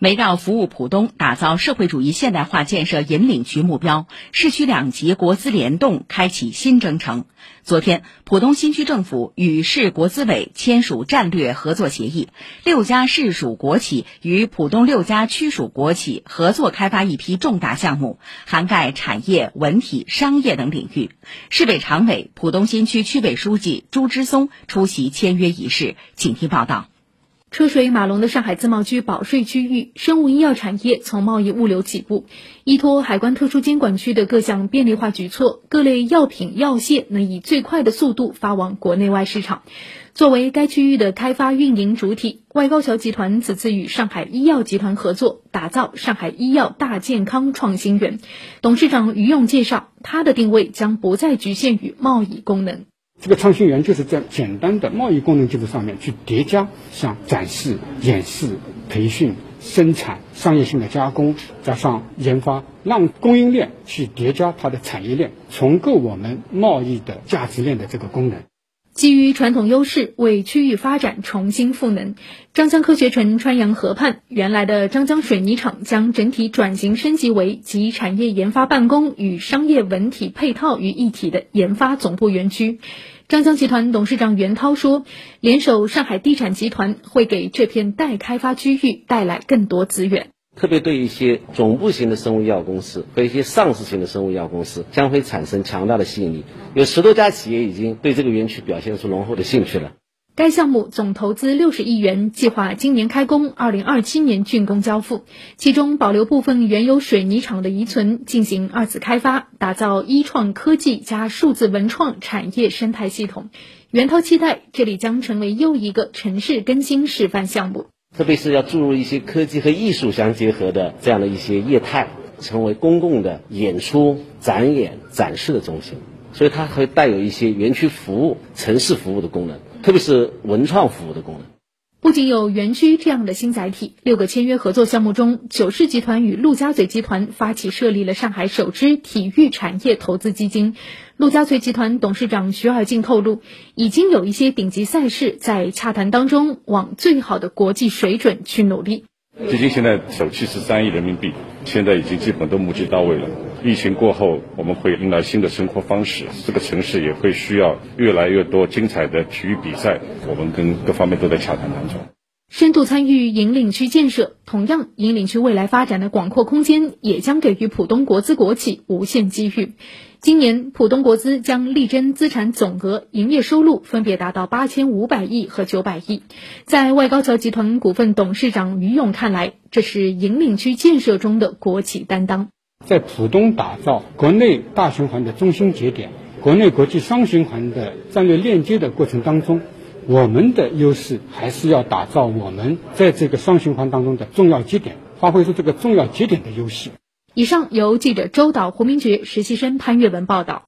围绕服务浦东、打造社会主义现代化建设引领区目标，市区两级国资联动开启新征程。昨天，浦东新区政府与市国资委签署战略合作协议，6家市属国企与浦东6家区属国企合作开发一批重大项目，涵盖产业、文体、商业等领域。市委常委、浦东新区区委书记朱之松出席签约仪式，请听报道。 车水马龙的上海自贸区保税区域，生物医药产业从贸易物流起步，依托海关特殊监管区的各项便利化举措，各类药品药械能以最快的速度发往国内外市场。作为该区域的开发运营主体，外高桥集团此次与上海医药集团合作，打造上海医药大健康创新园。董事长于勇介绍，它的定位将不再局限于贸易功能。 这个创新园就是在简单的贸易功能基础上面去叠加像展示、演示、培训、生产、商业性的加工，加上研发，让供应链去叠加它的产业链，重构我们贸易的价值链的这个功能。 基于传统优势，为区域发展重新赋能。张江科学城川洋河畔，原来的张江水泥厂将整体转型升级为集产业研发办公与商业文体配套于一体的研发总部园区。张江集团董事长袁涛说，联手上海地产集团会给这片待开发区域带来更多资源。 特别对一些总部型的生物医药公司和一些上市型的生物医药公司将会产生强大的吸引力，有10多家企业已经对这个园区表现出浓厚的兴趣了。 该项目总投资60亿元，计划今年开工，2027年竣工交付，其中保留部分原有水泥厂的遗存，进行2次开发，打造医创科技加数字文创产业生态系统。袁涛期待这里将成为又一个城市更新示范项目， 特别是要注入一些科技和艺术相结合的这样的一些业态，成为公共的演出、展演、展示的中心，所以它会带有一些园区服务、城市服务的功能，特别是文创服务的功能。 不仅有园区这样的新载体，6个签约合作项目中，九世集团与陆家嘴集团发起设立了上海首支体育产业投资基金。陆家嘴集团董事长徐尔进透露，已经有一些顶级赛事在洽谈当中，往最好的国际水准去努力。 基金现在首期是3亿人民币，现在已经基本都募集到位了。疫情过后，我们会迎来新的生活方式，这个城市也会需要越来越多精彩的体育比赛，我们跟各方面都在洽谈当中。 深度参与引领区建设，同样引领区未来发展的广阔空间也将给予浦东国资国企无限机遇。今年浦东国资将力争资产总额、营业收入分别达到8500亿和900亿。在外高桥集团股份董事长于勇看来，这是引领区建设中的国企担当。 在浦东打造国内大循环的中心节点，国内国际双循环的战略链接的过程当中，我们的优势还是要打造我们在这个双循环当中的重要节点，发挥出这个重要节点的优势。 以上由记者周导、胡明珏、实习生潘月文报道。